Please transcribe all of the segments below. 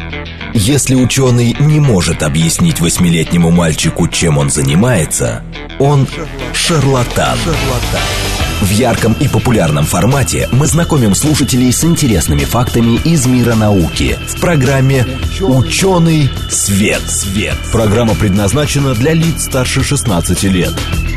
Если ученый не может объяснить 8-летнему мальчику, чем он занимается, он шарлатан. В ярком и популярном формате мы знакомим слушателей с интересными фактами из мира науки в программе «Ученый свет». Программа предназначена для лиц старше 16 лет.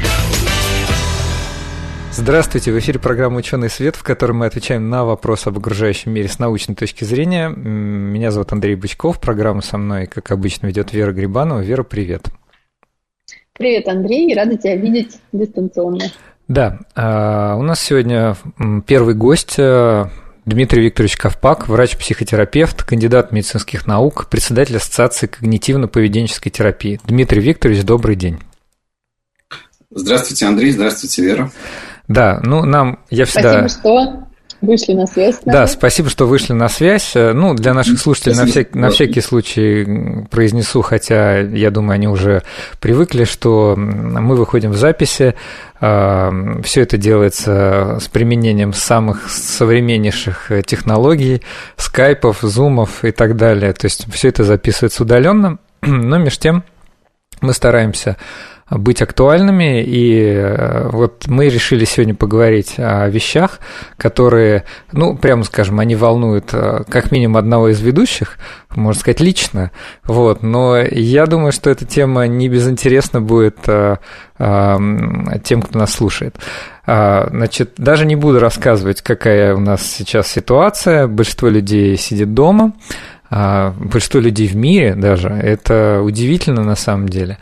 Здравствуйте, в эфире программа «Ученый свет», в которой мы отвечаем на вопросы об окружающем мире с научной точки зрения. Меня зовут Андрей Бычков, программу со мной, как обычно, ведет Вера Грибанова. Вера, привет. Привет, Андрей, рада тебя видеть дистанционно. Да, у нас сегодня первый гость Дмитрий Викторович Ковпак, врач-психотерапевт, кандидат медицинских наук, председатель Ассоциации когнитивно-поведенческой терапии. Дмитрий Викторович, добрый день. Здравствуйте, Андрей, здравствуйте, Вера. Да, я всегда... Спасибо, что вышли на связь. Да, спасибо, что вышли на связь. Для наших слушателей на всякий случай произнесу, хотя, я думаю, они уже привыкли, что мы выходим в записи. Все это делается с применением самых современнейших технологий, скайпов, зумов и так далее. То есть все это записывается удаленно, но между тем мы стараемся быть актуальными, и вот мы решили сегодня поговорить о вещах, которые, прямо скажем, они волнуют как минимум одного из ведущих, можно сказать, лично, но я думаю, что эта тема не безинтересна будет тем, кто нас слушает. Значит, даже не буду рассказывать, какая у нас сейчас ситуация, большинство людей сидит дома, большинство людей в мире даже, это удивительно на самом деле.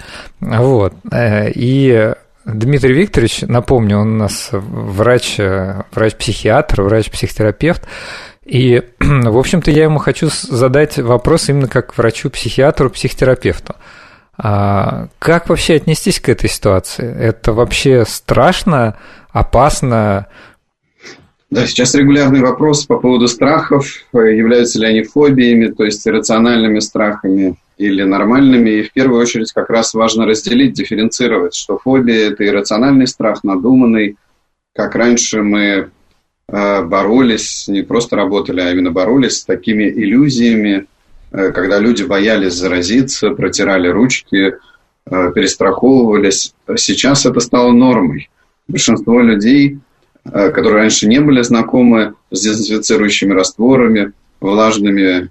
И Дмитрий Викторович, напомню, он у нас врач-психиатр, врач-психотерапевт, и, в общем-то, я ему хочу задать вопрос именно как врачу-психиатру, психотерапевту. Как вообще отнестись к этой ситуации? Это вообще страшно, опасно? Да, сейчас регулярный вопрос по поводу страхов, являются ли они фобиями, то есть иррациональными страхами или нормальными. И в первую очередь как раз важно разделить, дифференцировать, что фобия – это иррациональный страх, надуманный. Как раньше мы боролись, не просто работали, а именно боролись с такими иллюзиями, когда люди боялись заразиться, протирали ручки, перестраховывались. Сейчас это стало нормой. Большинство людей, которые раньше не были знакомы с дезинфицирующими растворами, влажными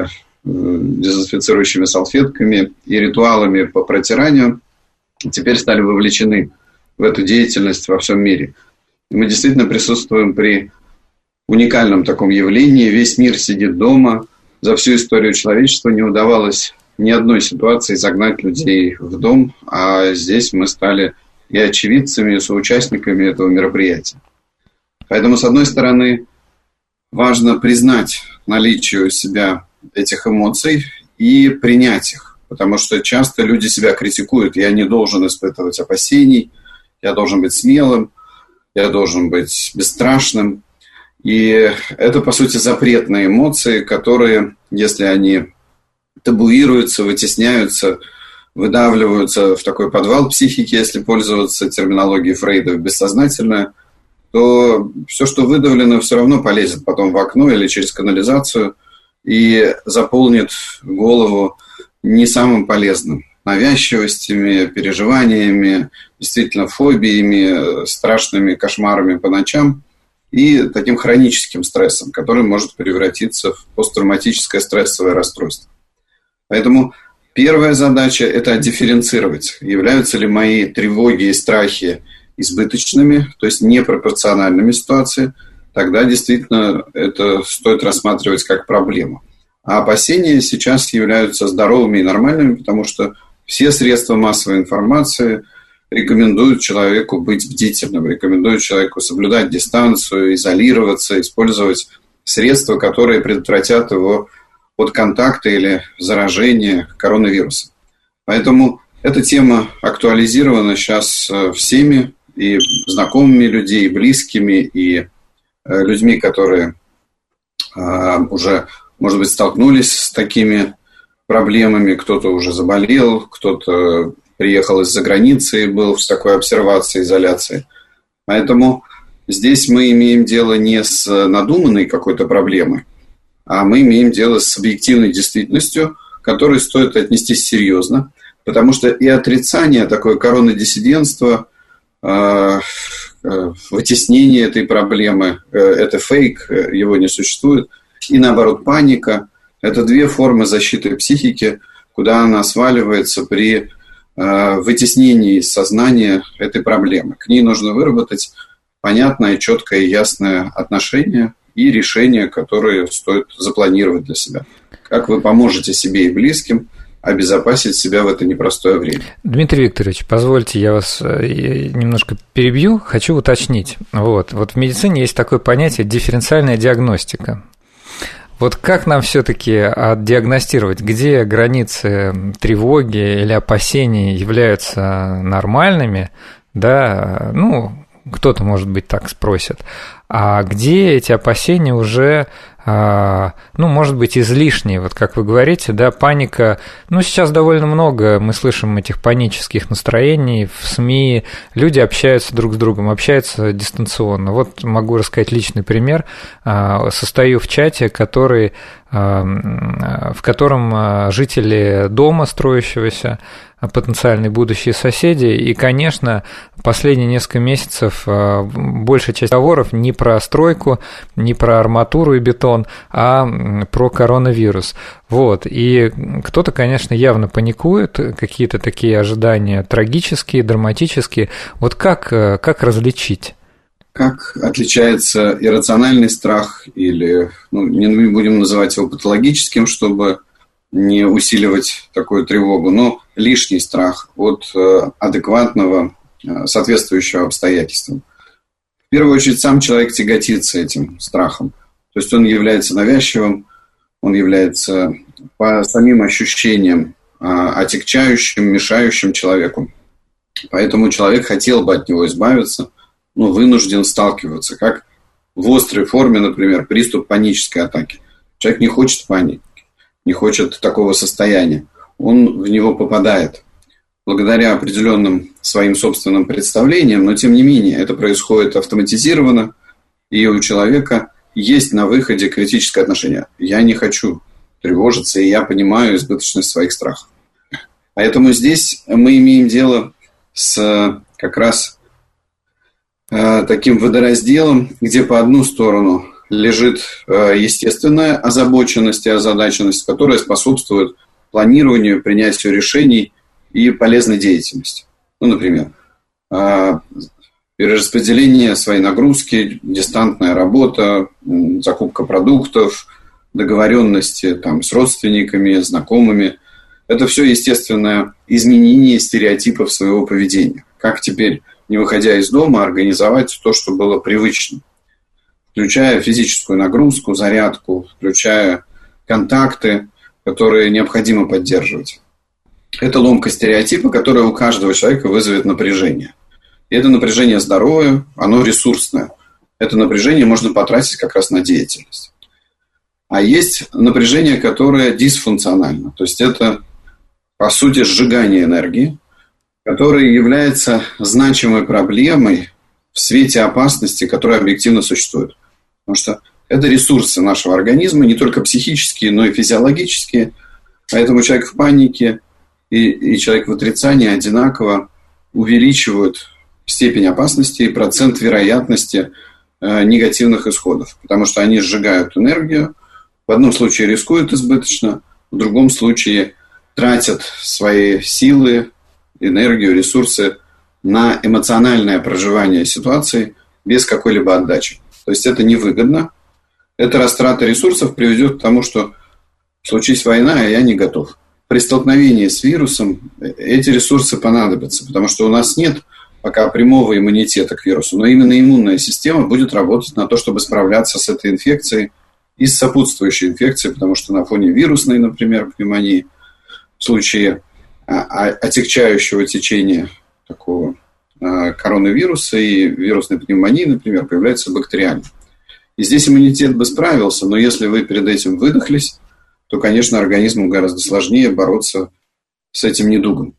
дезинфицирующими салфетками и ритуалами по протиранию, теперь стали вовлечены в эту деятельность во всем мире. И мы действительно присутствуем при уникальном таком явлении. Весь мир сидит дома. За всю историю человечества не удавалось ни одной ситуации загнать людей в дом, а здесь мы стали и очевидцами, и соучастниками этого мероприятия. Поэтому, с одной стороны, важно признать наличие у себя этих эмоций и принять их. Потому что часто люди себя критикуют. Я не должен испытывать опасений, я должен быть смелым, я должен быть бесстрашным. И это, по сути, запретные эмоции, которые, если они табуируются, вытесняются, выдавливаются в такой подвал психики, если пользоваться терминологией Фрейда, бессознательное, то все, что выдавлено, все равно полезет потом в окно или через канализацию и заполнит голову не самым полезным. Навязчивостями, переживаниями, действительно фобиями, страшными кошмарами по ночам и таким хроническим стрессом, который может превратиться в посттравматическое стрессовое расстройство. Поэтому первая задача – это дифференцировать, являются ли мои тревоги и страхи избыточными, то есть непропорциональными ситуации, тогда действительно это стоит рассматривать как проблему. А опасения сейчас являются здоровыми и нормальными, потому что все средства массовой информации рекомендуют человеку быть бдительным, рекомендуют человеку соблюдать дистанцию, изолироваться, использовать средства, которые предотвратят его от контакта или заражения коронавирусом. Поэтому эта тема актуализирована сейчас всеми, и знакомыми людей, и близкими, и людьми, которые уже, может быть, столкнулись с такими проблемами. Кто-то уже заболел, кто-то приехал из-за границы и был в такой обсервации, изоляции. Поэтому здесь мы имеем дело не с надуманной какой-то проблемой, а мы имеем дело с объективной действительностью, к которой стоит отнестись серьезно, потому что и отрицание, такое коронадиссидентство, вытеснение этой проблемы, это фейк, его не существует, и наоборот паника – это две формы защиты психики, куда она сваливается при вытеснении из сознания этой проблемы. К ней нужно выработать понятное, четкое и ясное отношение и решения, которые стоит запланировать для себя. Как вы поможете себе и близким обезопасить себя в это непростое время. Дмитрий Викторович, позвольте, я вас немножко перебью, хочу уточнить. Вот в медицине есть такое понятие дифференциальная диагностика. Вот как нам все-таки отдиагностировать, где границы тревоги или опасений являются нормальными, да, кто-то, может быть, так спросит, а где эти опасения уже, может быть, излишние, вот как вы говорите, да, паника, сейчас довольно много мы слышим этих панических настроений в СМИ, люди общаются друг с другом, общаются дистанционно. Вот могу рассказать личный пример, состою в чате, в котором жители дома строящегося, потенциальные будущие соседи, и, конечно, последние несколько месяцев большая часть разговоров не про стройку, не про арматуру и бетон, а про коронавирус. И кто-то, конечно, явно паникует, какие-то такие ожидания трагические, драматические. Вот как различить? Как отличается иррациональный страх или, не будем называть его патологическим, чтобы не усиливать такую тревогу, но лишний страх от адекватного, соответствующего обстоятельствам. В первую очередь сам человек тяготится этим страхом. То есть он является навязчивым, он является по самим ощущениям отягчающим, мешающим человеку. Поэтому человек хотел бы от него избавиться, но вынужден сталкиваться, как в острой форме, например, приступ панической атаки. Человек не хочет паники, не хочет такого состояния. Он в него попадает благодаря определенным своим собственным представлениям, но тем не менее это происходит автоматизированно, и у человека есть на выходе критическое отношение. Я не хочу тревожиться, и я понимаю избыточность своих страхов. Поэтому здесь мы имеем дело с как раз таким водоразделом, где по одну сторону лежит естественная озабоченность и озадаченность, которая способствует планированию, принятию решений и полезной деятельности. Например, перераспределение своей нагрузки, дистантная работа, закупка продуктов, договоренности с родственниками, знакомыми. Это все естественное изменение стереотипов своего поведения. Как теперь, не выходя из дома, организовать то, что было привычно, включая физическую нагрузку, зарядку, включая контакты, которые необходимо поддерживать. Это ломка стереотипа, которая у каждого человека вызовет напряжение. И это напряжение здоровое, оно ресурсное. Это напряжение можно потратить как раз на деятельность. А есть напряжение, которое дисфункционально. То есть это, по сути, сжигание энергии, которое является значимой проблемой в свете опасности, которая объективно существует. Потому что это ресурсы нашего организма, не только психические, но и физиологические. Поэтому человек в панике и человек в отрицании одинаково увеличивают степень опасности и процент вероятности негативных исходов. Потому что они сжигают энергию, в одном случае рискуют избыточно, в другом случае тратят свои силы, энергию, ресурсы на эмоциональное проживание ситуации без какой-либо отдачи. То есть это невыгодно. Эта растрата ресурсов приведет к тому, что случись война, а я не готов. При столкновении с вирусом эти ресурсы понадобятся, потому что у нас нет пока прямого иммунитета к вирусу, но именно иммунная система будет работать на то, чтобы справляться с этой инфекцией и с сопутствующей инфекцией, потому что на фоне вирусной, например, пневмонии, в случае отягчающего течения такого коронавируса и вирусной пневмонии, например, появляется бактериальный. И здесь иммунитет бы справился, но если вы перед этим выдохлись, то, конечно, организму гораздо сложнее бороться с этим недугом.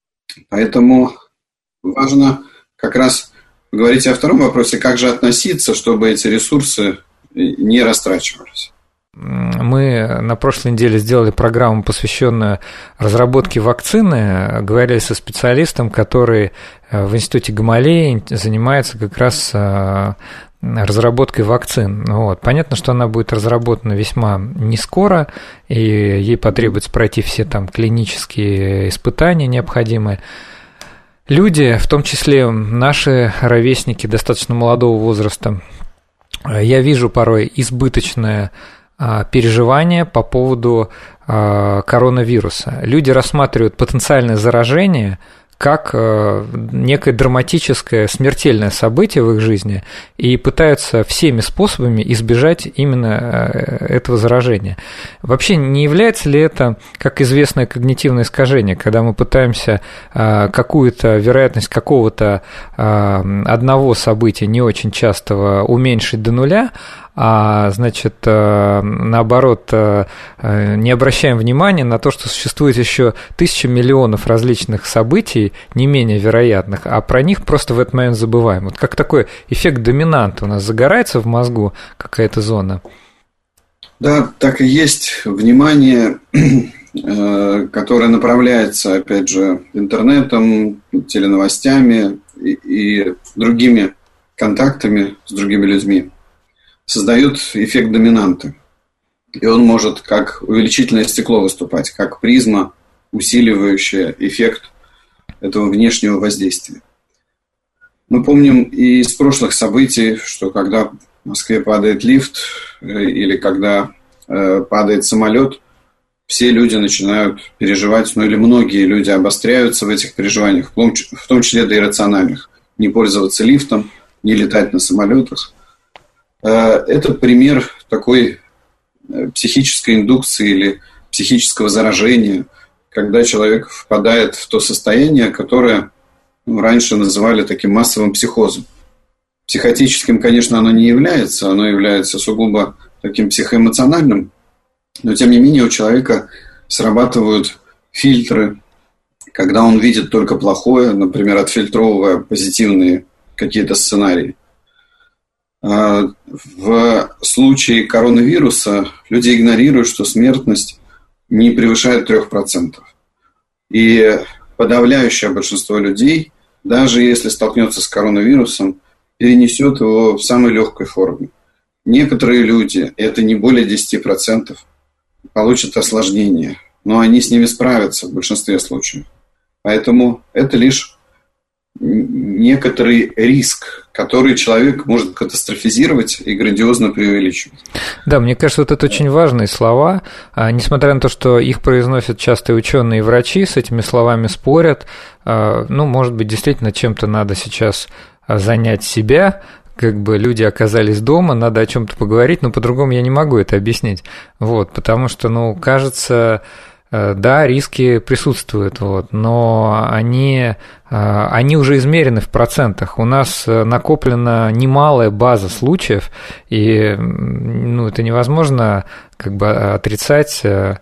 Поэтому важно как раз поговорить о втором вопросе, как же относиться, чтобы эти ресурсы не растрачивались. Мы на прошлой неделе сделали программу, посвященную разработке вакцины. Говорили со специалистом, который в Институте Гамалеи занимается как раз разработкой вакцин. Вот. Понятно, что она будет разработана весьма не скоро, и ей потребуется пройти все там клинические испытания необходимые. Люди, в том числе наши ровесники достаточно молодого возраста, я вижу порой избыточное переживание по поводу коронавируса. Люди рассматривают потенциальное заражение как некое драматическое, смертельное событие в их жизни и пытаются всеми способами избежать именно этого заражения. Вообще, не является ли это, как известное когнитивное искажение, когда мы пытаемся какую-то вероятность какого-то одного события, не очень частого, уменьшить до нуля, а, значит, наоборот, не обращаем внимания на то, что существует еще тысячи миллионов различных событий, не менее вероятных, а про них просто в этот момент забываем. Вот как такой эффект доминанта у нас загорается в мозгу какая-то зона? Да, так и есть. Внимание, которое направляется, опять же, интернетом, теленовостями и другими контактами с другими людьми, создает эффект доминанты. И он может как увеличительное стекло выступать, как призма, усиливающая эффект этого внешнего воздействия. Мы помним и из прошлых событий, что когда в Москве падает лифт или когда падает самолет, все люди начинают переживать, ну или многие люди обостряются в этих переживаниях, в том числе до иррациональных. Не пользоваться лифтом, не летать на самолетах. Это пример такой психической индукции или психического заражения, когда человек впадает в то состояние, которое раньше называли таким массовым психозом. Психотическим, конечно, оно не является, оно является сугубо таким психоэмоциональным, но тем не менее у человека срабатывают фильтры, когда он видит только плохое, например, отфильтровывая позитивные какие-то сценарии. В случае коронавируса люди игнорируют, что смертность не превышает 3%. И подавляющее большинство людей, даже если столкнется с коронавирусом, перенесет его в самой легкой форме. Некоторые люди, это не более 10%, получат осложнения, но они с ними справятся в большинстве случаев. Поэтому это лишь некоторый риск, который человек может катастрофизировать и грандиозно преувеличивать. Да, мне кажется, вот это очень важные слова. Несмотря на то, что их произносят часто и ученые, и врачи, с этими словами спорят. Ну, может быть, действительно чем-то надо сейчас занять себя, как бы люди оказались дома, надо о чем-то поговорить, но по-другому я не могу это объяснить. Вот, потому что, ну, кажется, да, риски присутствуют, вот, но они уже измерены в процентах. У нас накоплена немалая база случаев, и ну, это невозможно как бы отрицать.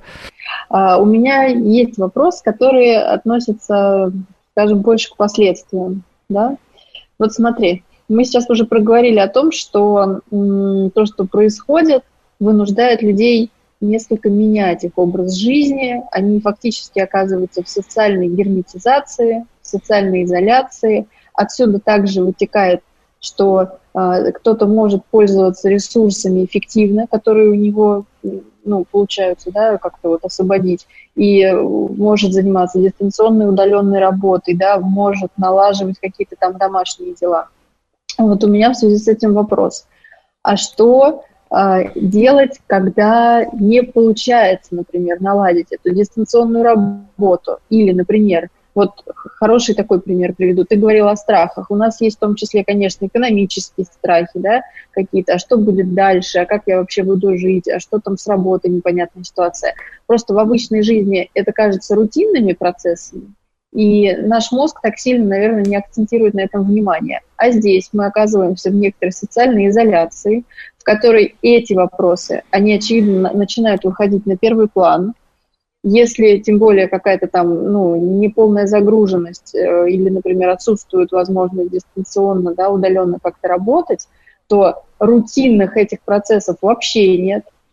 У меня есть вопрос, который относится, скажем, больше к последствиям. Да? Вот смотри, мы сейчас уже проговорили о том, что то, что происходит, вынуждает людей несколько менять их образ жизни, они фактически оказываются в социальной герметизации, в социальной изоляции. Отсюда также вытекает, что кто-то может пользоваться ресурсами эффективно, которые у него получаются, да, как-то вот освободить, и может заниматься дистанционной, удаленной работой, да, может налаживать какие-то там домашние дела. Вот у меня в связи с этим вопрос. А что делать, когда не получается, например, наладить эту дистанционную работу? Или, например, вот хороший такой пример приведу. Ты говорил о страхах. У нас есть в том числе, конечно, экономические страхи, да, какие-то. А что будет дальше? А как я вообще буду жить? А что там с работой? Непонятная ситуация. Просто в обычной жизни это кажется рутинными процессами. И наш мозг так сильно, наверное, не акцентирует на этом внимание. А здесь мы оказываемся в некоторой социальной изоляции, в которой эти вопросы, они, очевидно, начинают выходить на первый план. Если, тем более, какая-то там, неполная загруженность или, например, отсутствует возможность дистанционно, да, удаленно как-то работать, то рутинных этих процессов вообще нет.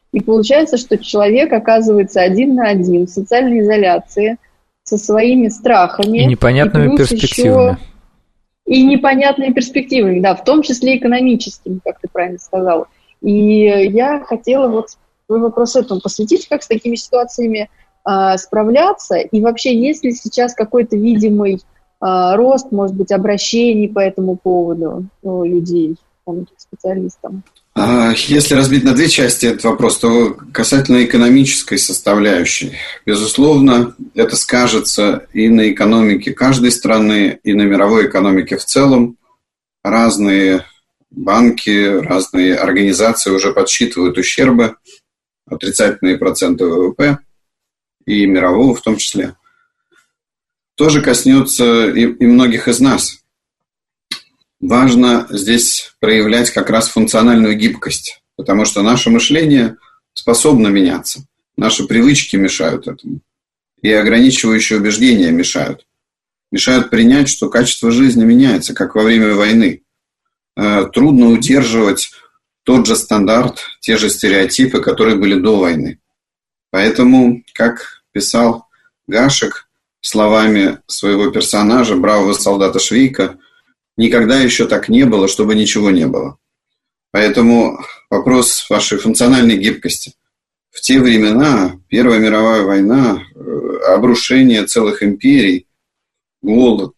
И получается, что человек оказывается один на один в социальной изоляции со своими страхами. И непонятными перспективами. И непонятными перспективами, да, в том числе экономическими, как ты правильно сказала. И я хотела вот свой вопрос этому посвятить, как с такими ситуациями справляться. И вообще, есть ли сейчас какой-то видимый рост, может быть, обращений по этому поводу у людей, к специалистам? Если разбить на две части этот вопрос, то касательно экономической составляющей, безусловно, это скажется и на экономике каждой страны, и на мировой экономике в целом. Разные банки, разные организации уже подсчитывают ущербы, отрицательные проценты ВВП, и мирового в том числе. Тоже коснется и многих из нас. Важно здесь проявлять как раз функциональную гибкость, потому что наше мышление способно меняться. Наши привычки мешают этому. И ограничивающие убеждения мешают. Мешают принять, что качество жизни меняется, как во время войны. Трудно удерживать тот же стандарт, те же стереотипы, которые были до войны. Поэтому, как писал Гашек словами своего персонажа, бравого солдата Швейка, никогда еще так не было, чтобы ничего не было. Поэтому вопрос вашей функциональной гибкости. В те времена, Первая мировая война, обрушение целых империй, голод,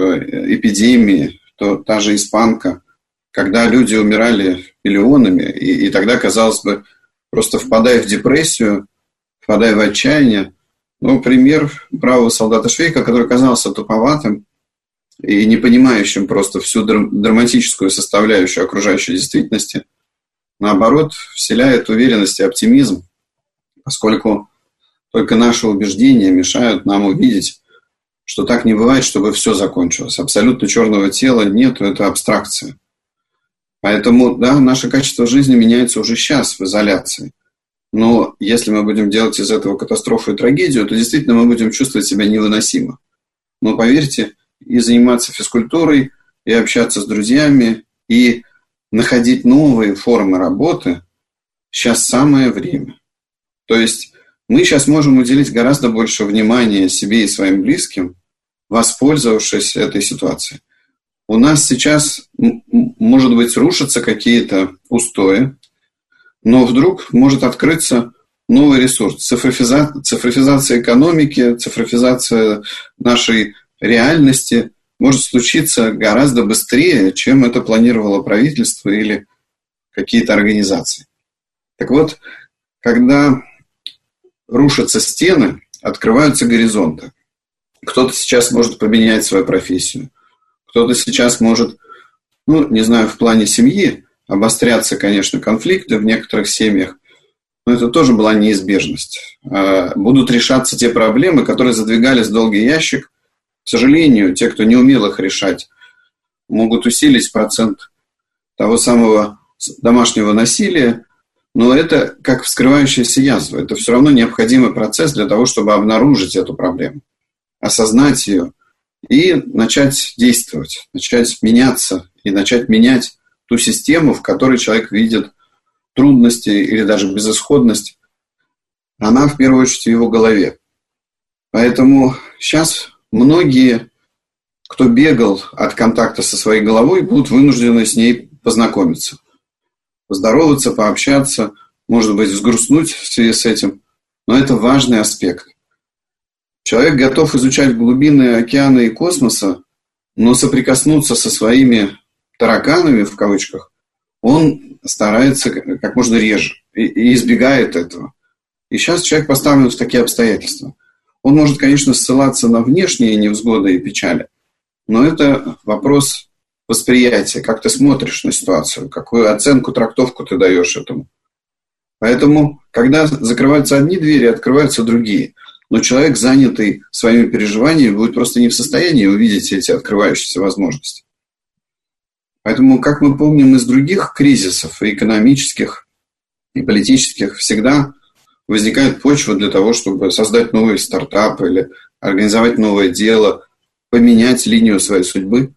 эпидемии, та же испанка, когда люди умирали миллионами, и тогда, казалось бы, просто впадая в депрессию, впадая в отчаяние. Пример бравого солдата Швейка, который казался туповатым и не понимающим просто всю драматическую составляющую окружающей действительности, наоборот, вселяет уверенность и оптимизм, поскольку только наши убеждения мешают нам увидеть, что так не бывает, чтобы все закончилось. Абсолютно черного тела нет, это абстракция. Поэтому, да, наше качество жизни меняется уже сейчас в изоляции. Но если мы будем делать из этого катастрофу и трагедию, то действительно мы будем чувствовать себя невыносимо. Но поверьте, и заниматься физкультурой, и общаться с друзьями, и находить новые формы работы сейчас самое время. То есть мы сейчас можем уделить гораздо больше внимания себе и своим близким, воспользовавшись этой ситуацией. У нас сейчас, может быть, рушатся какие-то устои, но вдруг может открыться новый ресурс. Цифровизация экономики, цифровизация нашей реальности может случиться гораздо быстрее, чем это планировало правительство или какие-то организации. Так вот, когда рушатся стены, открываются горизонты. Кто-то сейчас может поменять свою профессию, кто-то сейчас может, не знаю, в плане семьи обостряться, конечно, конфликты в некоторых семьях, но это тоже была неизбежность. Будут решаться те проблемы, которые задвигались в долгий ящик. К сожалению, те, кто не умел их решать, могут усилить процент того самого домашнего насилия, но это как вскрывающаяся язва. Это все равно необходимый процесс для того, чтобы обнаружить эту проблему, осознать ее и начать действовать, начать меняться и начать менять ту систему, в которой человек видит трудности или даже безысходность. Она в первую очередь в его голове. Поэтому сейчас многие, кто бегал от контакта со своей головой, будут вынуждены с ней познакомиться. Поздороваться, пообщаться, может быть, взгрустнуть в связи с этим. Но это важный аспект. Человек готов изучать глубины океана и космоса, но соприкоснуться со своими тараканами, в кавычках, он старается как можно реже и избегает этого. И сейчас человек поставлен в такие обстоятельства. Он может, конечно, ссылаться на внешние невзгоды и печали, но это вопрос восприятия, как ты смотришь на ситуацию, какую оценку, трактовку ты даешь этому. Поэтому, когда закрываются одни двери, открываются другие. Но человек, занятый своими переживаниями, будет просто не в состоянии увидеть эти открывающиеся возможности. Поэтому, как мы помним из других кризисов, и экономических, и политических, всегда возникает почва для того, чтобы создать новый стартап или организовать новое дело, поменять линию своей судьбы.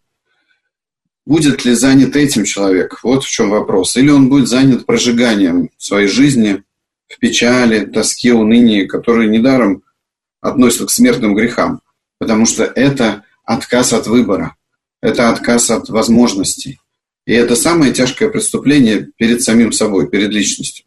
Будет ли занят этим человек? Вот в чем вопрос. Или он будет занят прожиганием своей жизни, в печали, тоске, унынии, которые недаром относятся к смертным грехам, потому что это отказ от выбора, это отказ от возможностей. И это самое тяжкое преступление перед самим собой, перед личностью.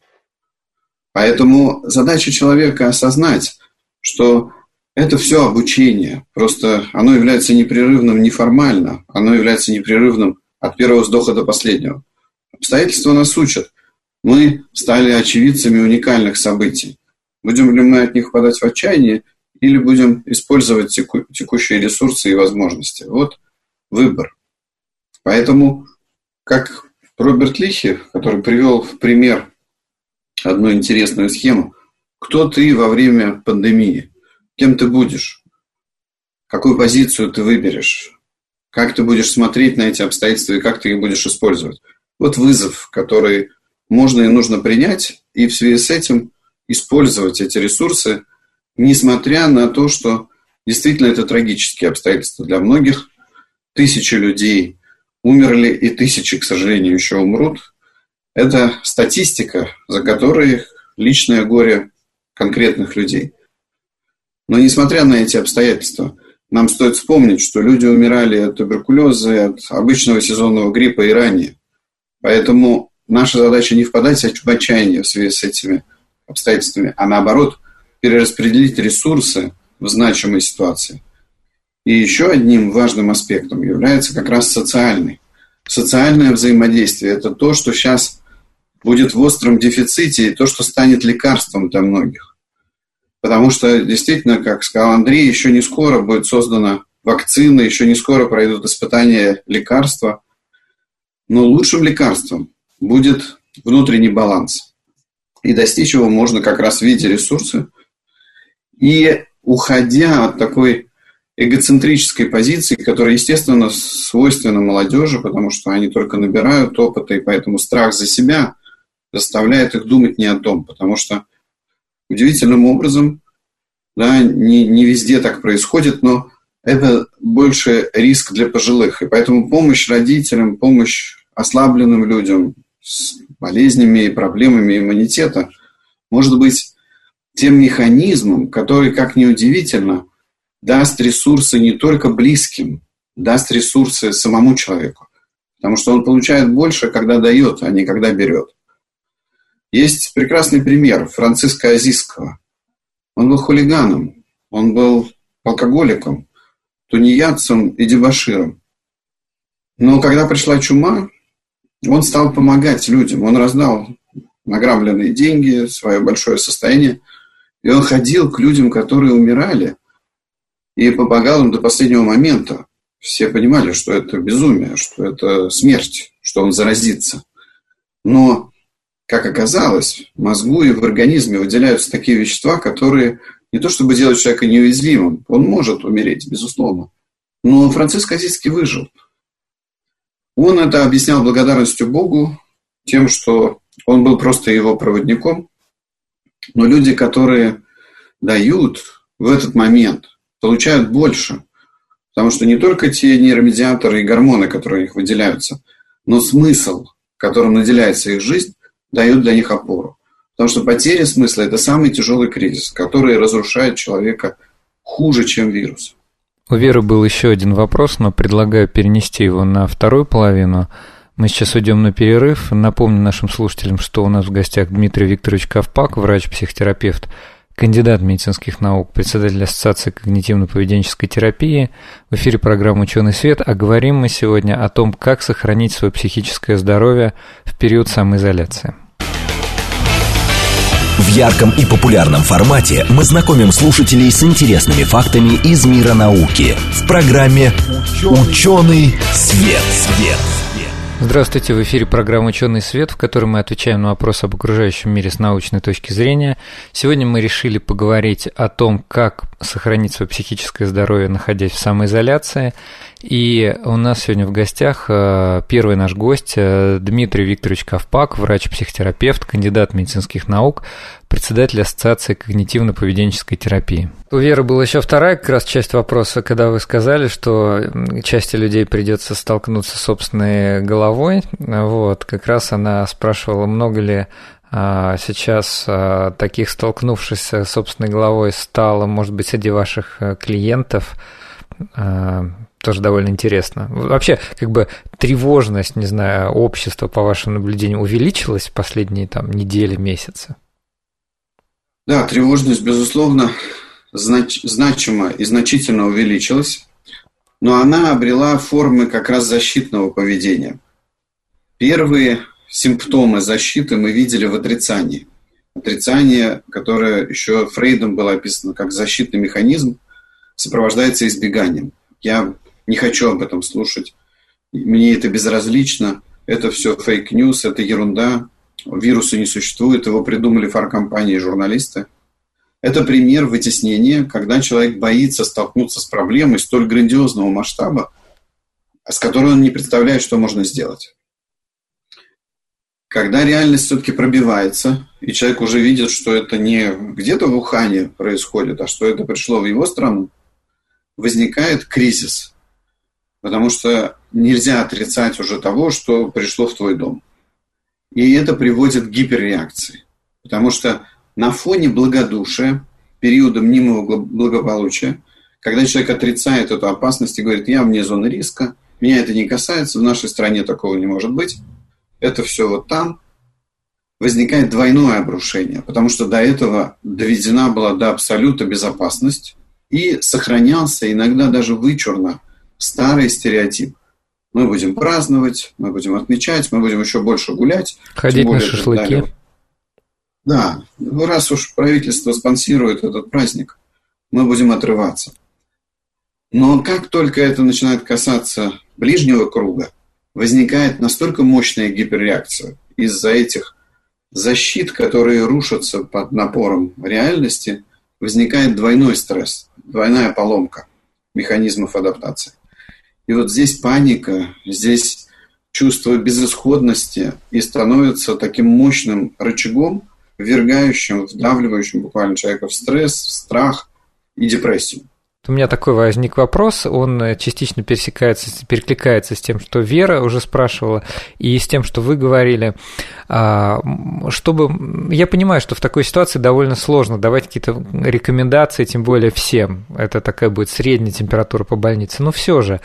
Поэтому задача человека осознать, что это все обучение, просто оно является непрерывным неформально, оно является непрерывным от первого вздоха до последнего. Обстоятельства нас учат. Мы стали очевидцами уникальных событий. Будем ли мы от них впадать в отчаяние или будем использовать текущие ресурсы и возможности? Вот выбор. Поэтому, как Роберт Лихи, который привел в пример одну интересную схему, кто ты во время пандемии, кем ты будешь, какую позицию ты выберешь, как ты будешь смотреть на эти обстоятельства и как ты их будешь использовать. Вот вызов, который можно и нужно принять, и в связи с этим использовать эти ресурсы, несмотря на то, что действительно это трагические обстоятельства для многих. Тысячи людей умерли, и тысячи, к сожалению, еще умрут. Это статистика, за которой личное горе конкретных людей. Но несмотря на эти обстоятельства, нам стоит вспомнить, что люди умирали от туберкулеза, от обычного сезонного гриппа и ранее. Поэтому наша задача не впадать в отчаяние в связи с этими обстоятельствами, а наоборот перераспределить ресурсы в значимой ситуации. И еще одним важным аспектом является как раз социальный. Социальное взаимодействие – это то, что сейчас будет в остром дефиците, и то, что станет лекарством для многих. Потому что, действительно, как сказал Андрей, еще не скоро будет создана вакцина, еще не скоро пройдут испытания лекарства. Но лучшим лекарством будет внутренний баланс. И достичь его можно как раз в виде ресурсов. И уходя от такой эгоцентрической позиции, которая, естественно, свойственна молодежи, потому что они только набирают опыта, и поэтому страх за себя заставляет их думать не о том. Потому что удивительным образом, да, не везде так происходит, но это больше риск для пожилых. И поэтому помощь родителям, помощь ослабленным людям с болезнями и проблемами иммунитета может быть тем механизмом, который, как ни удивительно, даст ресурсы не только близким, даст ресурсы самому человеку. Потому что он получает больше, когда дает, а не когда берет. Есть прекрасный пример Франциска Азизского. Он был хулиганом, он был алкоголиком, тунеядцем и дебоширом. Но когда пришла чума, он стал помогать людям. Он раздал награбленные деньги, свое большое состояние. И он ходил к людям, которые умирали, и помогал им до последнего момента. Все понимали, что это безумие, что это смерть, что он заразится. Но, как оказалось, в мозгу и в организме выделяются такие вещества, которые не то чтобы делают человека неуязвимым, он может умереть, безусловно. Но Франциск Азизский выжил. Он это объяснял благодарностью Богу, тем, что он был просто его проводником. Но люди, которые дают в этот момент, получают больше. Потому что не только те нейромедиаторы и гормоны, которые у них выделяются, но смысл, которым наделяется их жизнь, дает для них опору. Потому что потеря смысла – это самый тяжелый кризис, который разрушает человека хуже, чем вирус. У Веры был еще один вопрос, но предлагаю перенести его на вторую половину. Мы сейчас уйдем на перерыв. Напомню нашим слушателям, что у нас в гостях Дмитрий Викторович Ковпак, врач-психотерапевт, кандидат медицинских наук, председатель Ассоциации когнитивно-поведенческой терапии. В эфире программа «Ученый свет», а говорим мы сегодня о том, как сохранить свое психическое здоровье в период самоизоляции. В ярком и популярном формате мы знакомим слушателей с интересными фактами из мира науки в программе «Ученый свет». Здравствуйте, в эфире программа «Ученый свет», в которой мы отвечаем на вопросы об окружающем мире с научной точки зрения. Сегодня мы решили поговорить о том, как сохранить свое психическое здоровье, находясь в самоизоляции. И у нас сегодня в гостях первый наш гость Дмитрий Викторович Ковпак, врач-психотерапевт, кандидат медицинских наук, председатель Ассоциации когнитивно-поведенческой терапии. У Веры была еще вторая как раз часть вопроса, когда вы сказали, что части людей придется столкнуться с собственной головой. Вот, как раз она спрашивала, много ли сейчас таких, столкнувшись с собственной головой, стало, может быть, среди ваших клиентов, тоже довольно интересно. Вообще, как бы тревожность, не знаю, общества, по вашим наблюдениям, увеличилась в последние недели, месяцы? Да, тревожность, безусловно, значимо и значительно увеличилась, но она обрела формы как раз защитного поведения. Первые симптомы защиты мы видели в отрицании. Отрицание, которое еще Фрейдом было описано как защитный механизм, сопровождается избеганием. Я не хочу об этом слушать, мне это безразлично, это все фейк-ньюс, это ерунда, вируса не существует, его придумали фаркомпании и журналисты. Это пример вытеснения, когда человек боится столкнуться с проблемой столь грандиозного масштаба, с которой он не представляет, что можно сделать. Когда реальность все-таки пробивается, и человек уже видит, что это не где-то в Ухане происходит, а что это пришло в его страну, возникает кризис. Потому что нельзя отрицать уже того, что пришло в твой дом. И это приводит к гиперреакции. Потому что на фоне благодушия, периода мнимого благополучия, когда человек отрицает эту опасность и говорит, я вне зоны риска, меня это не касается, в нашей стране такого не может быть, это все вот там, возникает двойное обрушение. Потому что до этого доведена была до абсолюта безопасность и сохранялся иногда даже вычурно старый стереотип. Мы будем праздновать, мы будем отмечать, мы будем еще больше гулять. Ходить на шашлыки. Да, раз уж правительство спонсирует этот праздник, мы будем отрываться. Но как только это начинает касаться ближнего круга, возникает настолько мощная гиперреакция из-за этих защит, которые рушатся под напором реальности, возникает двойной стресс, двойная поломка механизмов адаптации. И вот здесь паника, здесь чувство безысходности и становится таким мощным рычагом, ввергающим, вдавливающим буквально человека в стресс, в страх и депрессию. У меня такой возник вопрос, он частично перекликается с тем, что Вера уже спрашивала, и с тем, что вы говорили. Чтобы... Я понимаю, что в такой ситуации довольно сложно давать какие-то рекомендации, тем более всем. Это такая будет средняя температура по больнице. Но все же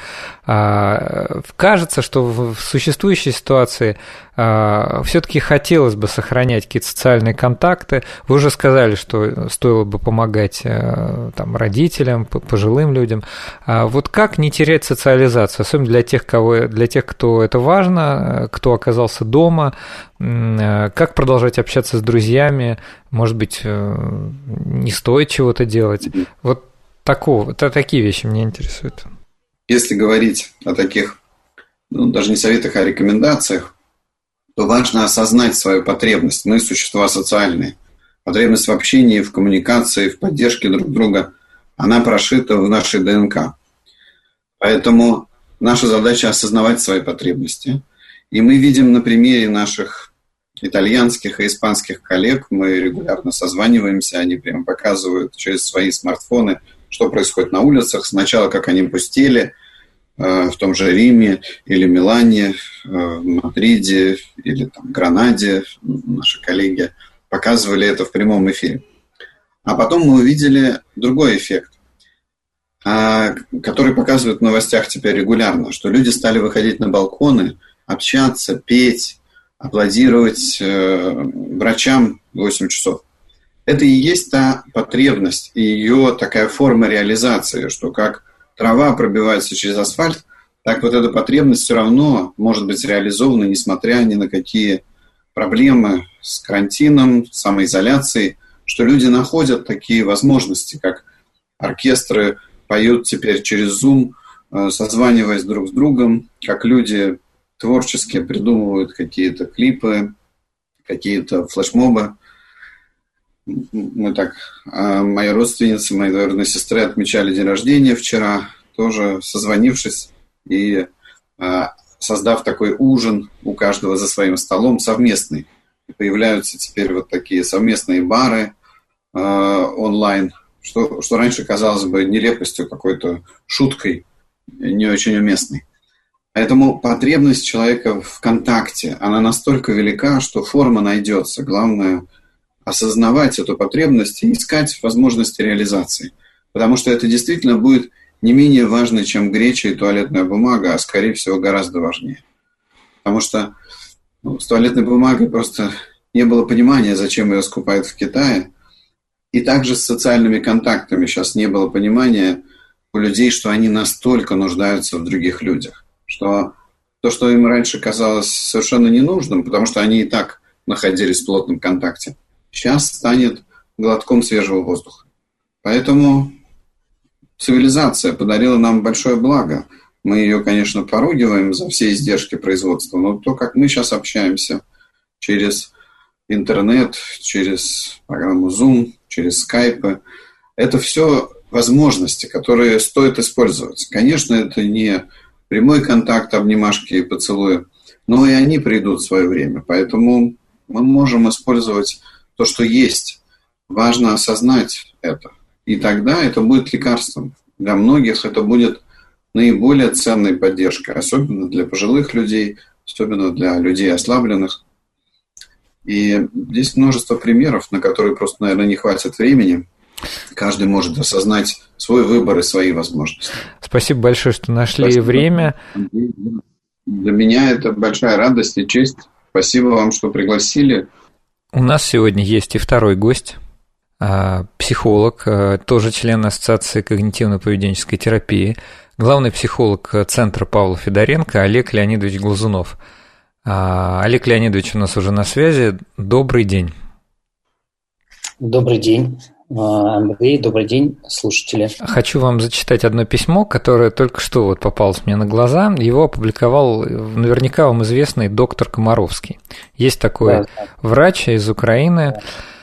кажется, что в существующей ситуации все-таки хотелось бы сохранять какие-то социальные контакты. Вы уже сказали, что стоило бы помогать родителям, пожилым людям. Вот как не терять социализацию, особенно для тех, кто это важно, кто оказался дома, как продолжать общаться с друзьями, может быть, не стоит чего-то делать. Вот такие вещи меня интересуют. Если говорить о таких, даже не советах, а рекомендациях, то важно осознать свою потребность. Мы существа социальные. Потребность в общении, в коммуникации, в поддержке друг друга, она прошита в нашей ДНК. Поэтому наша задача осознавать свои потребности. И мы видим на примере наших итальянских и испанских коллег, мы регулярно созваниваемся, они прямо показывают через свои смартфоны, что происходит на улицах. Сначала, как они пустели в том же Риме или Милане, в Мадриде или Гранаде, наши коллеги показывали это в прямом эфире. А потом мы увидели другой эффект, который показывают в новостях теперь регулярно, что люди стали выходить на балконы, общаться, петь, аплодировать врачам 8 часов. Это и есть та потребность, и ее такая форма реализации, что как трава пробивается через асфальт, так вот эта потребность все равно может быть реализована, несмотря ни на какие проблемы с карантином, самоизоляцией, что люди находят такие возможности, как оркестры поют теперь через Zoom, созваниваясь друг с другом, как люди творчески придумывают какие-то клипы, какие-то флешмобы. Мои родственницы, моей двоюродной сестры отмечали день рождения вчера, тоже созвонившись и создав такой ужин у каждого за своим столом совместный. И появляются теперь вот такие совместные бары онлайн, что раньше казалось бы нелепостью, какой-то шуткой, не очень уместной. Поэтому потребность человека в контакте, она настолько велика, что форма найдется. Главное осознавать эту потребность и искать возможности реализации. Потому что это действительно будет не менее важно, чем греча и туалетная бумага, а скорее всего гораздо важнее. Потому что с туалетной бумагой просто не было понимания, зачем ее скупают в Китае. И также с социальными контактами сейчас не было понимания у людей, что они настолько нуждаются в других людях. Что то, что им раньше казалось совершенно ненужным, потому что они и так находились в плотном контакте, сейчас станет глотком свежего воздуха. Поэтому цивилизация подарила нам большое благо. Мы ее, конечно, поругиваем за все издержки производства, но то, как мы сейчас общаемся через интернет, через программу Zoom, через Skype, это все возможности, которые стоит использовать. Конечно, это не прямой контакт, обнимашки и поцелуи, но и они придут в свое время. Поэтому мы можем использовать то, что есть. Важно осознать это. И тогда это будет лекарством. Для многих это будет наиболее ценной поддержкой, особенно для пожилых людей, особенно для людей ослабленных. И здесь множество примеров, на которые просто, наверное, не хватит времени. Каждый может осознать свой выбор и свои возможности. Спасибо большое, что нашли время. Для меня это большая радость и честь. Спасибо вам, что пригласили. У нас сегодня есть и второй гость, психолог, тоже член Ассоциации когнитивно-поведенческой терапии, главный психолог Центра Павла Федоренко Олег Леонидович Глазунов. Олег Леонидович у нас уже на связи. Добрый день. Добрый день, Андрей. Добрый день, слушатели. Хочу вам зачитать одно письмо, которое только что вот попалось мне на глаза. Его опубликовал наверняка вам известный доктор Комаровский. Есть такой врач из Украины.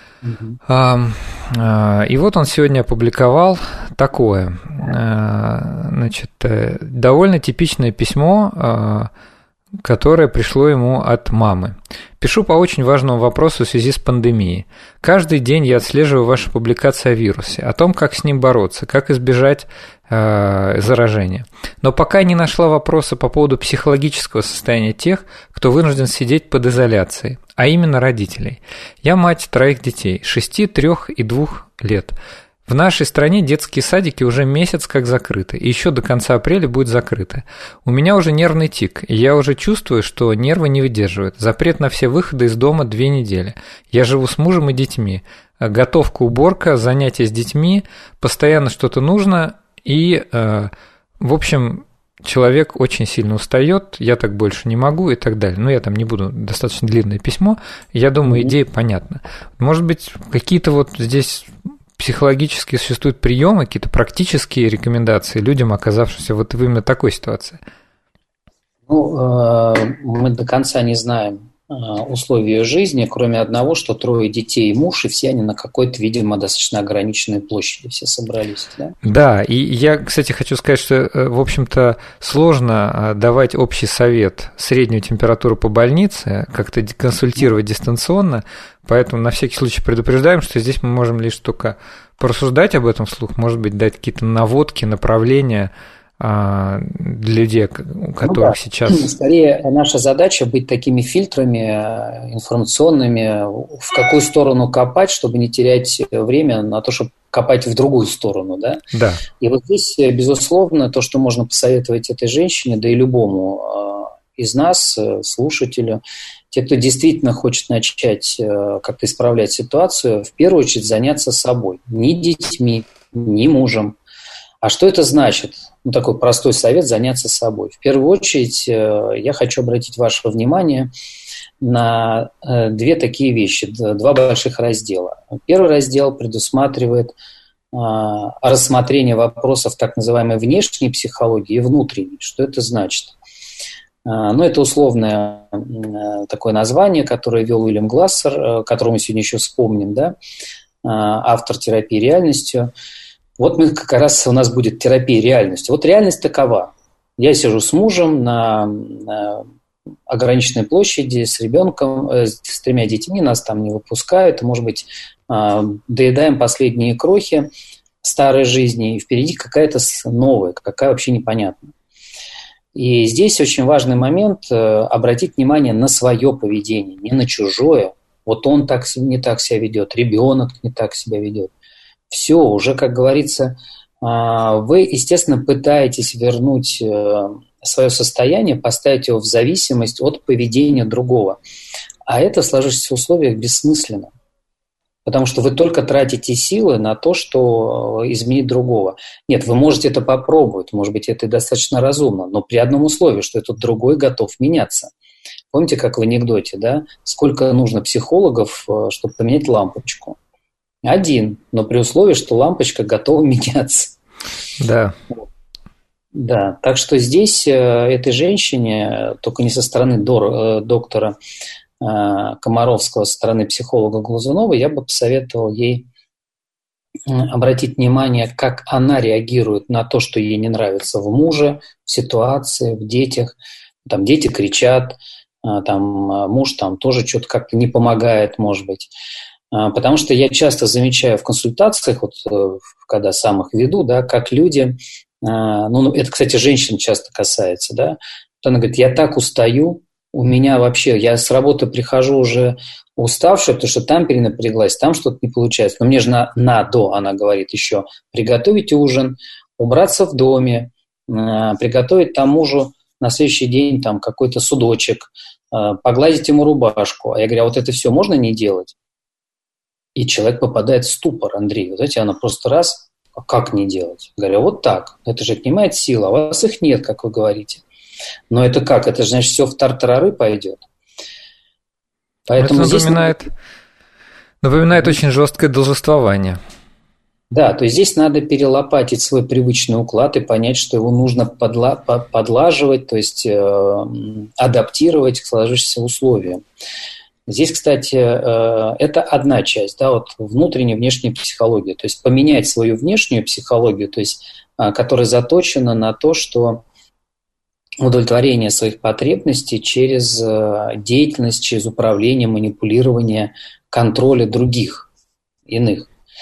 И вот он сегодня опубликовал такое, значит, довольно типичное письмо, которое пришло ему от мамы. Пишу по очень важному вопросу в связи с пандемией. Каждый день я отслеживаю ваши публикации о вирусе, о том, как с ним бороться, как избежать заражения. Но пока не нашла вопроса по поводу психологического состояния тех, кто вынужден сидеть под изоляцией, а именно родителей. Я мать 3 детей, 6, 3 и 2 лет. В нашей стране детские садики уже месяц как закрыты, и еще до конца апреля будет закрыты. У меня уже нервный тик, и я уже чувствую, что нервы не выдерживают. Запрет на все выходы из дома 2 недели. Я живу с мужем и детьми. Готовка, уборка, занятия с детьми, постоянно что-то нужно, и, в общем, человек очень сильно устает, я так больше не могу и так далее. Но я там не буду, достаточно длинное письмо, я думаю, идея понятна. Может быть, какие-то вот здесь психологически существуют приемы, какие-то практические рекомендации людям, оказавшимся вот в именно такой ситуации? Ну, мы до конца не знаем условия жизни, кроме одного, что 3 детей и муж, и все они на какой-то, видимо, достаточно ограниченной площади все собрались. Да, да, и я, кстати, хочу сказать, что, в общем-то, сложно давать общий совет, среднюю температуру по больнице, как-то консультировать дистанционно, поэтому на всякий случай предупреждаем, что здесь мы можем лишь только порассуждать об этом вслух, может быть, дать какие-то наводки, направления для людей, у которых сейчас... Скорее, наша задача быть такими фильтрами информационными, в какую сторону копать, чтобы не терять время на то, чтобы копать в другую сторону. Да? Да. И вот здесь, безусловно, то, что можно посоветовать этой женщине, да и любому из нас, слушателю, те, кто действительно хочет начать как-то исправлять ситуацию, в первую очередь заняться собой. Ни детьми, ни мужем. А что это значит? Ну, такой простой совет – заняться собой. В первую очередь я хочу обратить ваше внимание на 2 такие вещи, 2 больших раздела. Первый раздел предусматривает рассмотрение вопросов так называемой внешней психологии и внутренней. Что это значит? Ну, это условное такое название, которое ввел Уильям Глассер, которого мы сегодня еще вспомним, да? Автор терапии реальностью. Вот мы как раз у нас будет терапия реальностью. Вот реальность такова. Я сижу с мужем на ограниченной площади с ребенком, с 3 детьми, нас там не выпускают, может быть, доедаем последние крохи старой жизни, и впереди какая-то новая, какая вообще непонятна. И здесь очень важный момент обратить внимание на свое поведение, не на чужое. Вот он не так себя ведет, ребенок не так себя ведет. Все, уже, как говорится, вы, естественно, пытаетесь вернуть свое состояние, поставить его в зависимость от поведения другого. А это в сложившихся условиях бессмысленно. Потому что вы только тратите силы на то, что изменить другого. Нет, вы можете это попробовать, может быть, это и достаточно разумно, но при одном условии, что этот другой готов меняться. Помните, как в анекдоте, да? Сколько нужно психологов, чтобы поменять лампочку? 1, но при условии, что лампочка готова меняться. Да. Да, так что здесь этой женщине, только не со стороны доктора Комаровского, со стороны психолога Глазунова, я бы посоветовал ей обратить внимание, как она реагирует на то, что ей не нравится в муже, в ситуации, в детях. Там дети кричат, там муж там тоже что-то как-то не помогает, может быть. Потому что я часто замечаю в консультациях, вот когда сам их веду, да, как люди, это, кстати, женщин часто касается, да, вот она говорит, я так устаю, у меня вообще, я с работы прихожу уже уставшая, потому что там перенапряглась, там что-то не получается. Но мне же надо, она говорит еще, приготовить ужин, убраться в доме, приготовить там мужу на следующий день там какой-то судочек, погладить ему рубашку. А я говорю, а вот это все можно не делать? И человек попадает в ступор, Андрей. Вот знаете, она просто раз, а как не делать? Я говорю, вот так. Это же отнимает силы, а у вас их нет, как вы говорите. Но это как? Это же, значит, все в тартарары пойдет. Поэтому это напоминает очень жесткое должествование. Да, то есть здесь надо перелопатить свой привычный уклад и понять, что его нужно подлаживать, то есть адаптировать к сложившимся условиям. Здесь, кстати, это одна часть, да, вот внутренняя и внешняя психология. То есть поменять свою внешнюю психологию, то есть, которая заточена на то, что удовлетворение своих потребностей через деятельность, через управление, манипулирование, контроль других, иных.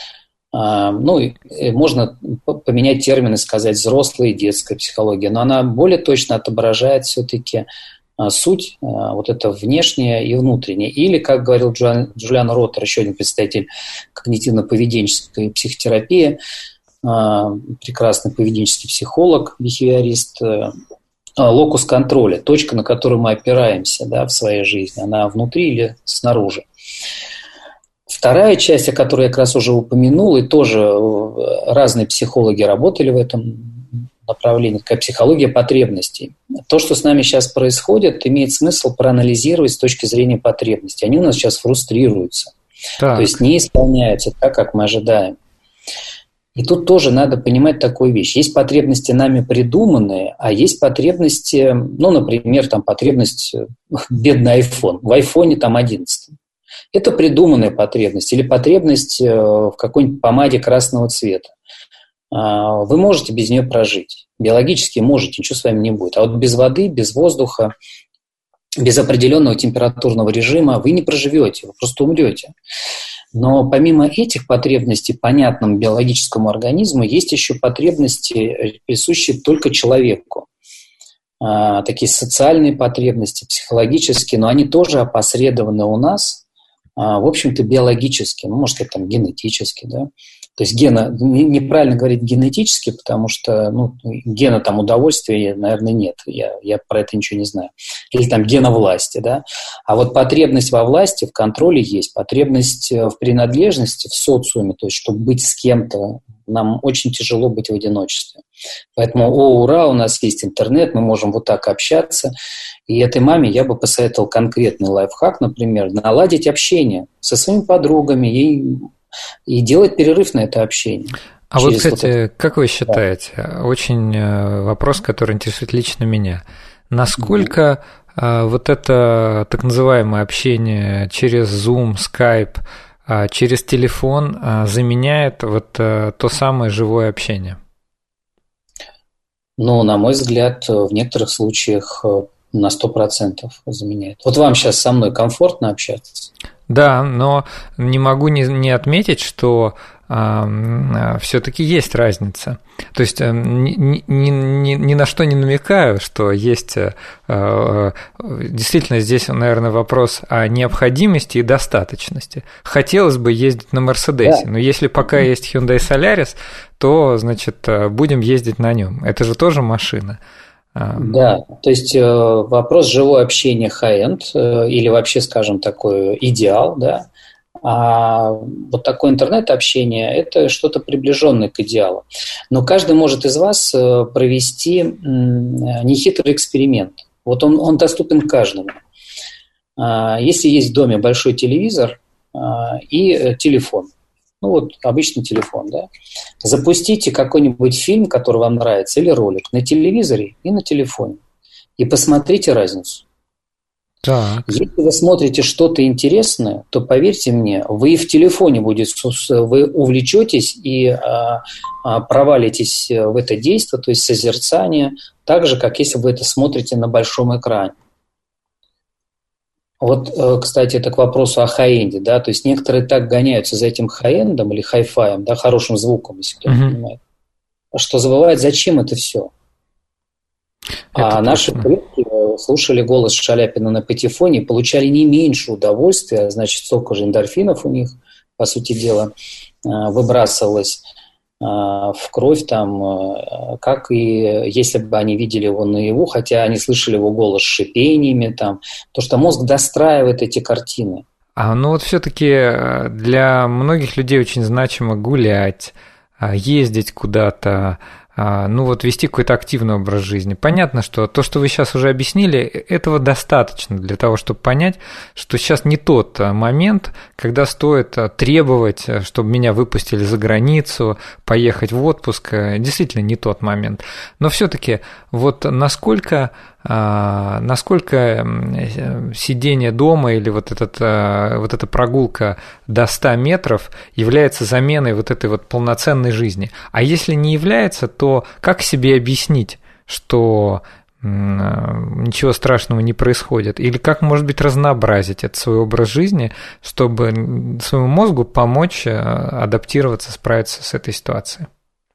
Можно поменять термины, сказать взрослая и детская психология, но она более точно отображает все-таки суть, вот это внешнее и внутреннее. Или, как говорил Джулиан Роттер, еще один представитель когнитивно-поведенческой психотерапии, прекрасный поведенческий психолог, бихевиорист, локус контроля, точка, на которую мы опираемся, да, в своей жизни, она внутри или снаружи. Вторая часть, о которой я как раз уже упомянул, и тоже разные психологи работали в этом направлении, такая психология потребностей. То, что с нами сейчас происходит, имеет смысл проанализировать с точки зрения потребностей. Они у нас сейчас фрустрируются, то есть не исполняются так, как мы ожидаем. И тут тоже надо понимать такую вещь. Есть потребности нами придуманные, а есть потребности, например, там потребность бедный iPhone. В iPhone там 11. Это придуманная потребность или потребность в какой-нибудь помаде красного цвета. Вы можете без нее прожить. Биологически можете, ничего с вами не будет. А вот без воды, без воздуха, без определенного температурного режима вы не проживете, вы просто умрете. Но помимо этих потребностей, понятным биологическому организму, есть еще потребности, присущие только человеку. Такие социальные потребности, психологические, но они тоже опосредованы у нас, в общем-то, биологически, может, это там генетически, да. То есть неправильно говорить генетически, потому что гена там удовольствия, наверное, нет. Я про это ничего не знаю. Или там гена власти, да. А вот потребность во власти, в контроле есть. Потребность в принадлежности в социуме, то есть чтобы быть с кем-то. Нам очень тяжело быть в одиночестве. Поэтому, ура, у нас есть интернет, мы можем вот так общаться. И этой маме я бы посоветовал конкретный лайфхак, например, наладить общение со своими подругами, и делать перерыв на это общение. А вот, кстати, как вы считаете, очень вопрос, который интересует лично меня. Насколько вот это так называемое общение через Zoom, Skype, через телефон заменяет вот то самое живое общение? На мой взгляд, в некоторых случаях на 100% заменяет. Вот вам сейчас со мной комфортно общаться? Да, но не могу не отметить, что все-таки есть разница. То есть ни на что не намекаю, что есть действительно здесь, наверное, вопрос о необходимости и достаточности. Хотелось бы ездить на Мерседесе, но если пока есть Hyundai Solaris, то, значит, будем ездить на нем. Это же тоже машина. Да, то есть вопрос живое общение high-end или вообще, скажем, такой идеал, да, а вот такое интернет-общение – это что-то приближенное к идеалу. Но каждый может из вас провести нехитрый эксперимент. Вот он доступен каждому. Если есть в доме большой телевизор и телефон, ну вот обычный телефон, да, запустите какой-нибудь фильм, который вам нравится, или ролик на телевизоре и на телефоне, и посмотрите разницу. Так. Если вы смотрите что-то интересное, то, поверьте мне, вы и в телефоне вы увлечетесь и провалитесь в это действие, то есть созерцание, так же, как если вы это смотрите на большом экране. Вот, кстати, это к вопросу о хай-энде, да, то есть некоторые так гоняются за этим хай-эндом или хай-фаем, да, хорошим звуком, если кто-то понимает, что забывают, зачем это все. А наши предки слушали голос Шаляпина на патефоне и получали не меньше удовольствия, значит, столько же эндорфинов у них, по сути дела, выбрасывалось в кровь, там, как и если бы они видели его наяву, хотя они слышали его голос с шипениями, там, то, что мозг достраивает эти картины. Ну вот все-таки для многих людей очень значимо гулять, ездить куда-то, ну вот вести какой-то активный образ жизни. Понятно, что то, что вы сейчас уже объяснили, этого достаточно для того, чтобы понять, что сейчас не тот момент, когда стоит требовать, чтобы меня выпустили за границу, поехать в отпуск. Действительно не тот момент. Но все-таки вот насколько сидение дома или вот эта прогулка до 100 метров является заменой вот этой вот полноценной жизни. А если не является, то как себе объяснить, что ничего страшного не происходит? Или как, может быть, разнообразить этот свой образ жизни, чтобы своему мозгу помочь адаптироваться, справиться с этой ситуацией?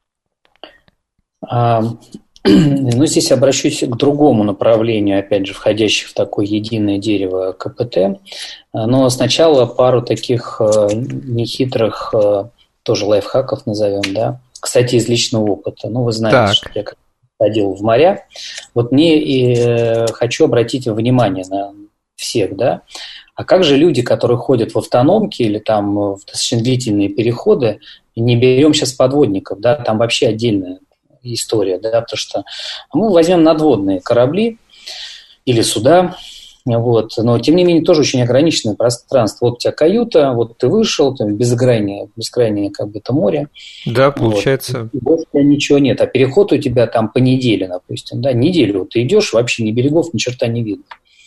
Ну, здесь обращусь к другому направлению, опять же, входящих в такое единое дерево КПТ. Но сначала пару таких нехитрых, тоже лайфхаков назовем, да. Кстати, из личного опыта. Ну, вы знаете, что я ходил в моря. Вот мне и хочу обратить внимание на всех, да. А как же люди, которые ходят в автономке или там в достаточно длительные переходы, не берем сейчас подводников, да, там вообще отдельная история, да, потому что мы возьмем надводные корабли или суда, вот, но тем не менее тоже очень ограниченное пространство. Вот у тебя каюта, вот ты вышел, там бескрайнее как бы это море. Да, получается. Вот, и больше у тебя ничего нет, а переход у тебя там по неделе, допустим, да, неделю вот ты идешь, вообще ни берегов, ни черта не видно.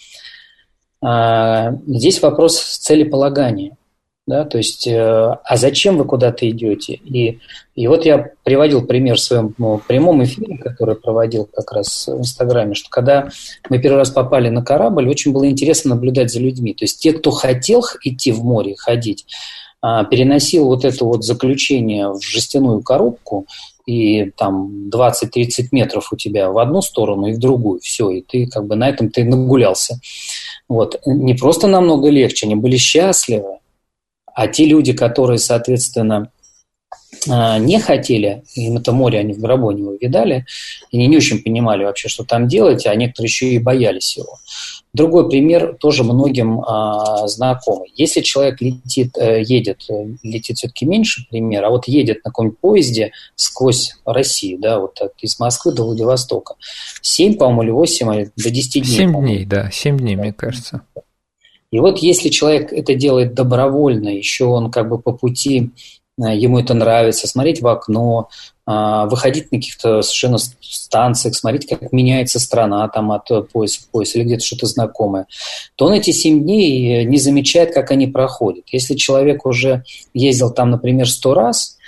Здесь вопрос целеполагания. Да, то есть, а зачем вы куда-то идете? И вот я приводил пример в своем прямом эфире, который проводил как раз в Инстаграме, что когда мы первый раз попали на корабль, очень было интересно наблюдать за людьми. То есть те, кто хотел идти в море, ходить, переносил вот это вот заключение в жестяную коробку, и там 20-30 метров у тебя в одну сторону и в другую, все, и ты как бы на этом ты нагулялся. Вот. Не просто намного легче, они были счастливы. А те люди, которые, соответственно, не хотели, им это море они в гробу не увидали, они не очень понимали вообще, что там делать, а некоторые еще и боялись его. Другой пример тоже многим знакомый. Если человек едет все-таки меньше, пример, а вот едет на каком-нибудь поезде сквозь Россию, да, вот так, из Москвы до Владивостока, 7, по-моему, или 8, до 10 дней. 7 дней, да, 7 дней, мне кажется. И вот если человек это делает добровольно, еще он как бы по пути, ему это нравится, смотреть в окно, выходить на каких-то совершенно станциях, смотреть, как меняется страна там от пояса к поясу или где-то что-то знакомое, то он эти 7 дней не замечает, как они проходят. Если человек уже ездил там, например, 100 раз,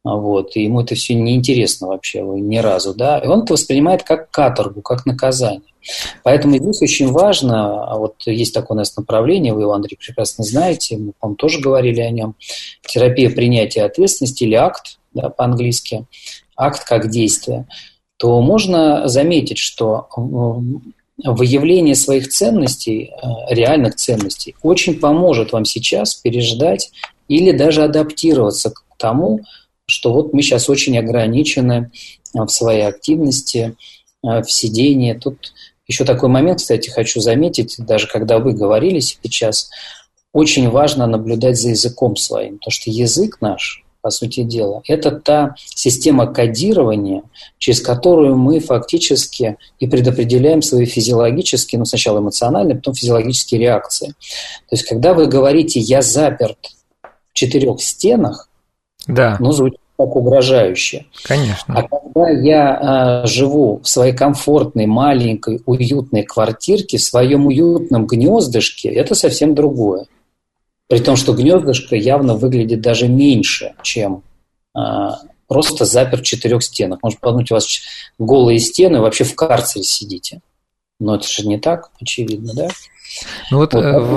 Вот, и ему это все неинтересно вообще ни разу, да, и он это воспринимает как каторгу, как наказание. Поэтому здесь очень важно, вот есть такое у нас направление, вы его, Андрей, прекрасно знаете, мы, по-моему, тоже говорили о нем, терапия принятия ответственности или акт, да, по-английски, акт как действие, то можно заметить, что выявление своих ценностей, реальных ценностей, очень поможет вам сейчас переждать или даже адаптироваться к тому, что вот мы сейчас очень ограничены в своей активности, в сидении. Тут еще такой момент, кстати, хочу заметить, даже когда вы говорили сейчас, очень важно наблюдать за языком своим, потому что язык наш, по сути дела, это та система кодирования, через которую мы фактически и предопределяем свои физиологические, ну, сначала эмоциональные, потом физиологические реакции. То есть, когда вы говорите «я заперт в 4 стенах», да. Ну, звучит как угрожающе. Конечно. А когда я живу в своей комфортной, маленькой, уютной квартирке, в своем уютном гнездышке, это совсем другое. При том, что гнездышко явно выглядит даже меньше, чем просто запер в 4 стенах. Может подумать, у вас голые стены, вообще в карцере сидите. Но это же не так, очевидно, да? Ну вот,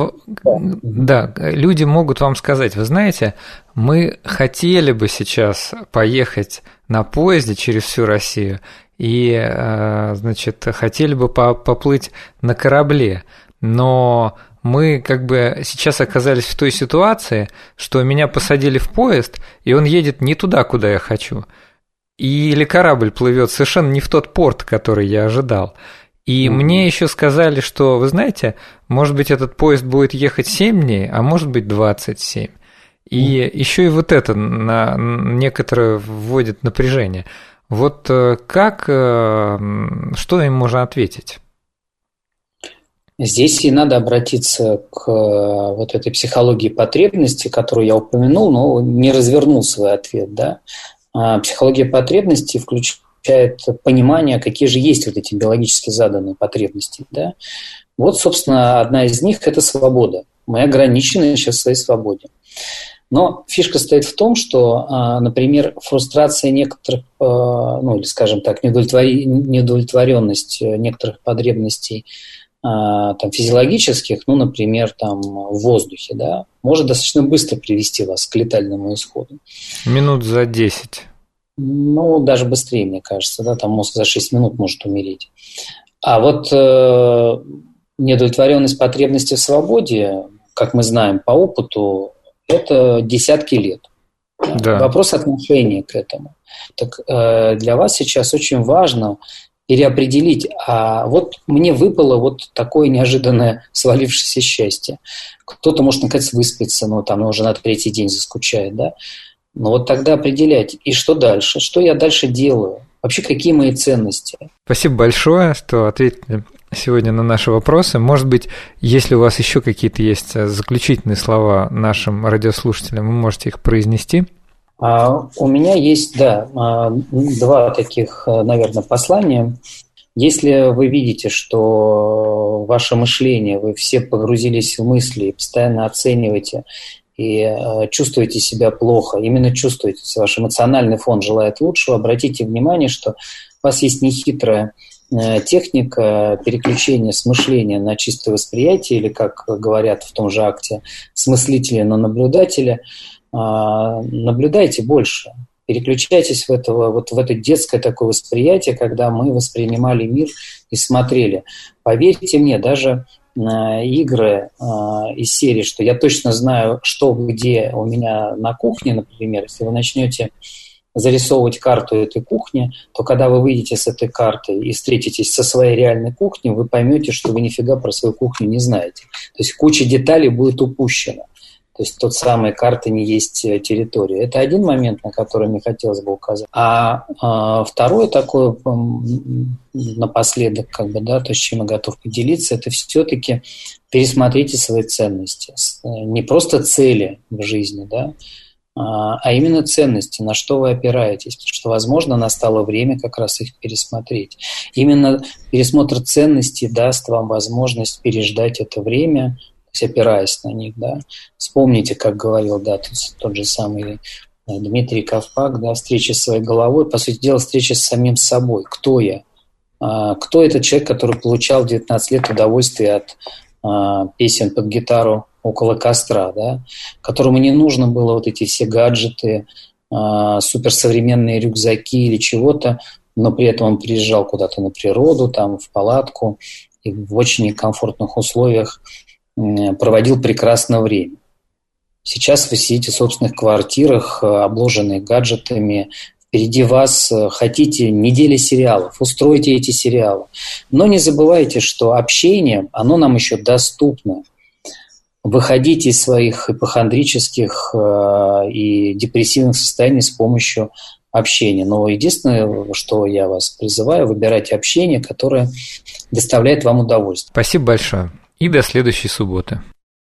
да, люди могут вам сказать, вы знаете, мы хотели бы сейчас поехать на поезде через всю Россию и, значит, хотели бы поплыть на корабле, но мы как бы сейчас оказались в той ситуации, что меня посадили в поезд, и он едет не туда, куда я хочу, или корабль плывет совершенно не в тот порт, который я ожидал. И мне еще сказали, что, вы знаете, может быть, этот поезд будет ехать 7 дней, а может быть, 27. И еще и вот это на некоторое вводит напряжение. Вот как, что им можно ответить? Здесь и надо обратиться к вот этой психологии потребности, которую я упомянул, но не развернул свой ответ, да. Психология потребности включает понимание, какие же есть вот эти биологически заданные потребности. Да? Вот, собственно, одна из них – это свобода. Мы ограничены сейчас в своей свободе. Но фишка стоит в том, что, например, фрустрация некоторых, ну или, скажем так, неудовлетворенность некоторых потребностей там, физиологических, ну, например, там, в воздухе, да, может достаточно быстро привести вас к летальному исходу. Минут за 10. Ну, даже быстрее, мне кажется, да, там мозг за 6 минут может умереть. А вот неудовлетворенность потребности в свободе, как мы знаем по опыту, это десятки лет. Да. Вопрос отношения к этому. Так для вас сейчас очень важно переопределить, а вот мне выпало вот такое неожиданное свалившееся счастье. Кто-то может, наконец, выспаться, но там уже на 3-й день заскучает, да. Но вот тогда определять, и что дальше, что я дальше делаю, вообще какие мои ценности. Спасибо большое, что ответили сегодня на наши вопросы. Может быть, если у вас еще какие-то есть заключительные слова нашим радиослушателям, вы можете их произнести? У меня есть, да, 2 таких, наверное, послания. Если вы видите, что ваше мышление, вы все погрузились в мысли и постоянно оцениваете, и чувствуете себя плохо, именно чувствуете, ваш эмоциональный фон желает лучшего, обратите внимание, что у вас есть нехитрая техника переключения с мышления на чистое восприятие, или, как говорят в том же акте, с мыслителя на наблюдателя. Наблюдайте больше, переключайтесь в это детское такое восприятие, когда мы воспринимали мир и смотрели. Поверьте мне, даже игры из серии, что я точно знаю, что где у меня на кухне, например, если вы начнете зарисовывать карту этой кухни, то когда вы выйдете с этой карты и встретитесь со своей реальной кухней, вы поймете, что вы нифига про свою кухню не знаете. То есть куча деталей будет упущена. То есть тот самый карта не есть территория. Это один момент, на который мне хотелось бы указать. А второй такой напоследок, как бы, да, то, с чем я готов поделиться, это все-таки пересмотрите свои ценности. Не просто цели в жизни, да, а именно ценности, на что вы опираетесь. Потому что, возможно, настало время как раз их пересмотреть. Именно пересмотр ценностей даст вам возможность переждать это время, опираясь на них, да. Вспомните, как говорил, да, тот же самый Дмитрий Ковпак, да, встреча с своей головой, по сути дела, встреча с самим собой. Кто я? Кто этот человек, который получал в 19 лет удовольствие от песен под гитару около костра, да? Которому не нужно было вот эти все гаджеты, суперсовременные рюкзаки или чего-то, но при этом он приезжал куда-то на природу, там, в палатку, и в очень некомфортных условиях проводил прекрасное время. Сейчас вы сидите в собственных квартирах, обложенные гаджетами. Впереди вас хотите недели сериалов, устройте эти сериалы. Но не забывайте, что общение, оно нам еще доступно. Выходите из своих ипохондрических и депрессивных состояний с помощью общения. Но единственное, что я вас призываю, выбирайте общение, которое доставляет вам удовольствие. Спасибо большое. И до следующей субботы.